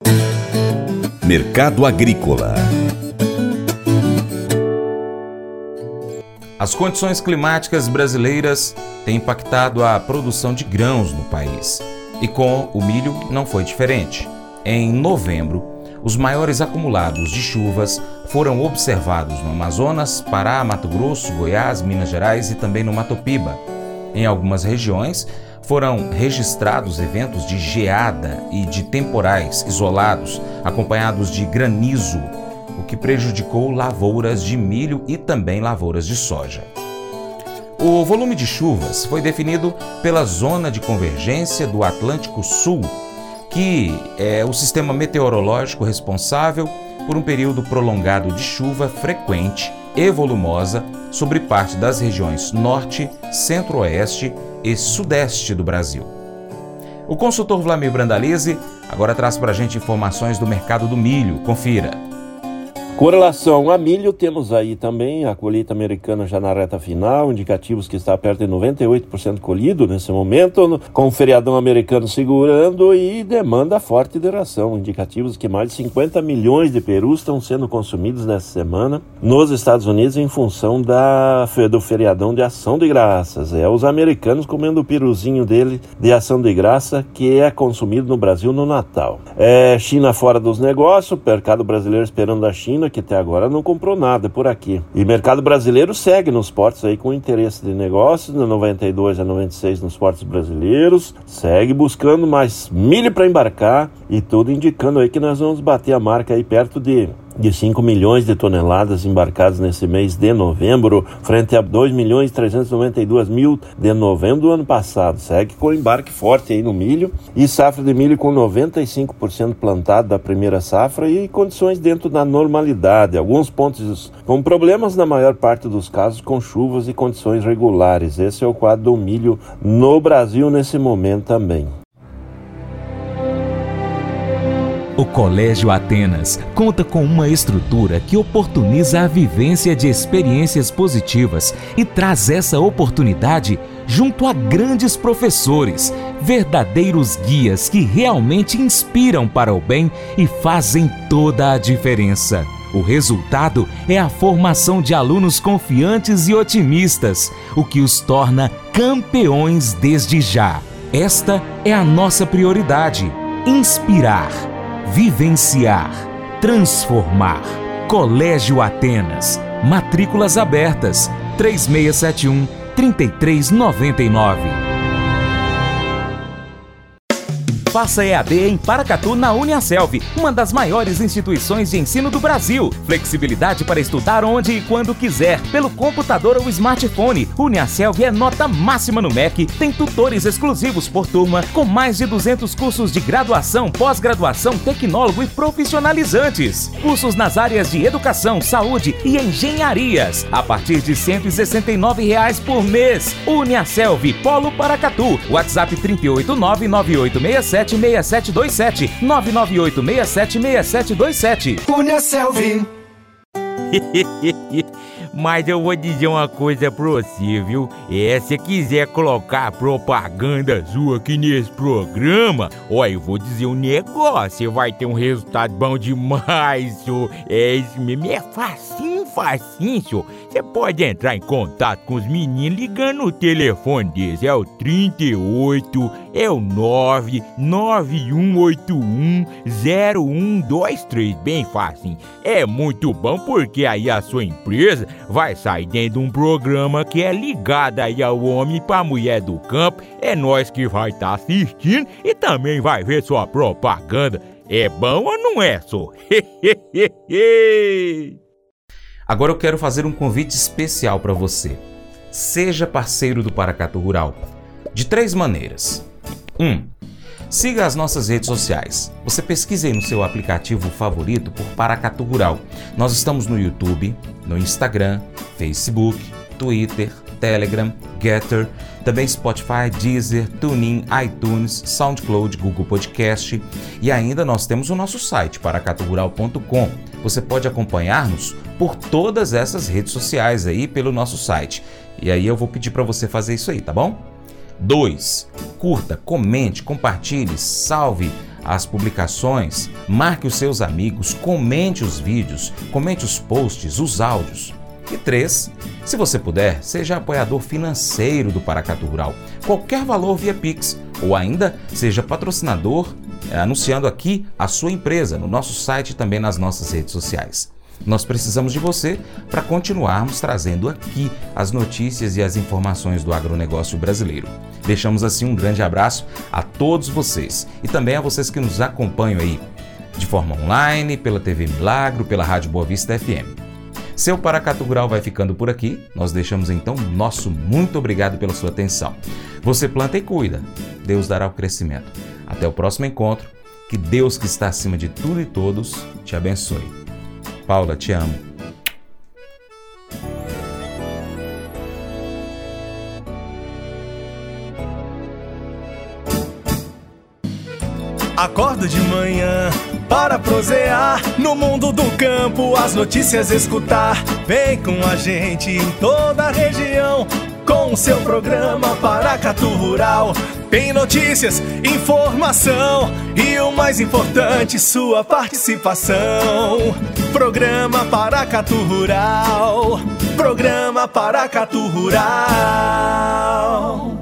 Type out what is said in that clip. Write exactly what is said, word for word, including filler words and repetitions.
Mercado Agrícola. As condições climáticas brasileiras têm impactado a produção de grãos no país. E com o milho não foi diferente. Em novembro, os maiores acumulados de chuvas foram observados no Amazonas, Pará, Mato Grosso, Goiás, Minas Gerais e também no Mato Piba. Em algumas regiões, foram registrados eventos de geada e de temporais isolados, acompanhados de granizo, o que prejudicou lavouras de milho e também lavouras de soja. O volume de chuvas foi definido pela Zona de Convergência do Atlântico Sul, que é o sistema meteorológico responsável por um período prolongado de chuva frequente e volumosa sobre parte das regiões norte, centro-oeste e sudeste do Brasil. O consultor Vlamir Brandalize agora traz para a gente informações do mercado do milho. Confira. Com relação a milho, temos aí também a colheita americana já na reta final, indicativos que está perto de noventa e oito por cento colhido nesse momento, com o feriadão americano segurando e demanda forte de ração, indicativos que mais de cinquenta milhões de perus estão sendo consumidos nessa semana nos Estados Unidos em função da, do feriadão de ação de graças. É os americanos comendo o peruzinho dele de ação de graça que é consumido no Brasil no Natal. É China fora dos negócios, mercado brasileiro esperando a China, que até agora não comprou nada por aqui. E mercado brasileiro segue nos portos aí com interesse de negócios, na noventa e dois a noventa e seis nos portos brasileiros, segue buscando mais milho para embarcar e tudo indicando aí que nós vamos bater a marca aí perto de de cinco milhões de toneladas embarcadas nesse mês de novembro, frente a dois milhões trezentos e noventa e dois mil de novembro do ano passado. Segue com embarque forte aí no milho e safra de milho com noventa e cinco por cento plantado da primeira safra e condições dentro da normalidade. Alguns pontos com problemas, na maior parte dos casos, com chuvas e condições regulares. Esse é o quadro do milho no Brasil nesse momento também. O Colégio Atenas conta com uma estrutura que oportuniza a vivência de experiências positivas e traz essa oportunidade junto a grandes professores, verdadeiros guias que realmente inspiram para o bem e fazem toda a diferença. O resultado é a formação de alunos confiantes e otimistas, o que os torna campeões desde já. Esta é a nossa prioridade: inspirar, vivenciar, transformar. Colégio Atenas. Matrículas abertas. três seis sete um, três três nove nove. Faça E A D em Paracatu na Uniaselv, uma das maiores instituições de ensino do Brasil. Flexibilidade para estudar onde e quando quiser, pelo computador ou smartphone. Uniaselv é nota máxima no M E C, tem tutores exclusivos por turma, com mais de duzentos cursos de graduação, pós-graduação, tecnólogo e profissionalizantes. Cursos nas áreas de educação, saúde e engenharias, a partir de cento e sessenta e nove reais por mês. Uniaselv, Polo Paracatu. WhatsApp trinta e oito, nove nove oito seis sete seis sete dois sete, nove nove oito seis sete seis sete dois sete. Uniaselv. Mas eu vou dizer uma coisa pra você, viu? É, se quiser colocar propaganda sua aqui nesse programa, ó, eu vou dizer um negócio, você vai ter um resultado bom demais, senhor. É isso mesmo, é facinho, facinho, senhor. Você pode entrar em contato com os meninos ligando o telefone deles, é o trinta e oito, é o nove nove um oito um zero um dois três, bem facinho. É muito bom porque aí a sua empresa vai sair dentro de um programa que é ligado aí ao homem pra mulher do campo. É nós que vai estar tá assistindo e também vai ver sua propaganda. É bom ou não é, só? Agora eu quero fazer um convite especial para você. Seja parceiro do Paracatu Rural. De três maneiras. um. Siga as nossas redes sociais. Você pesquise aí no seu aplicativo favorito por Paracatu Rural. Nós estamos no YouTube, no Instagram, Facebook, Twitter, Telegram, Getter, também Spotify, Deezer, TuneIn, iTunes, SoundCloud, Google Podcast e ainda nós temos o nosso site, paracatu rural ponto com. Você pode acompanhar-nos por todas essas redes sociais aí pelo nosso site. E aí eu vou pedir para você fazer isso aí, tá bom? dois. Curta, comente, compartilhe, salve as publicações, marque os seus amigos, comente os vídeos, comente os posts, os áudios. E três, se você puder, seja apoiador financeiro do Paracatu Rural, qualquer valor via Pix, ou ainda seja patrocinador, é, anunciando aqui a sua empresa no nosso site e também nas nossas redes sociais. Nós precisamos de você para continuarmos trazendo aqui as notícias e as informações do agronegócio brasileiro. Deixamos assim um grande abraço a todos vocês e também a vocês que nos acompanham aí de forma online, pela T V Milagro, pela Rádio Boa Vista F M. Seu Paracatu Rural vai ficando por aqui. Nós deixamos então nosso muito obrigado pela sua atenção. Você planta e cuida. Deus dará o crescimento. Até o próximo encontro. Que Deus, que está acima de tudo e todos, te abençoe. Paula, te amo. Acordo de manhã para prosear no mundo do campo, as notícias escutar. Vem com a gente em toda a região com o seu programa Paracatu Rural. Tem notícias, informação e o mais importante, sua participação. Programa Paracatu Rural. Programa Paracatu Rural.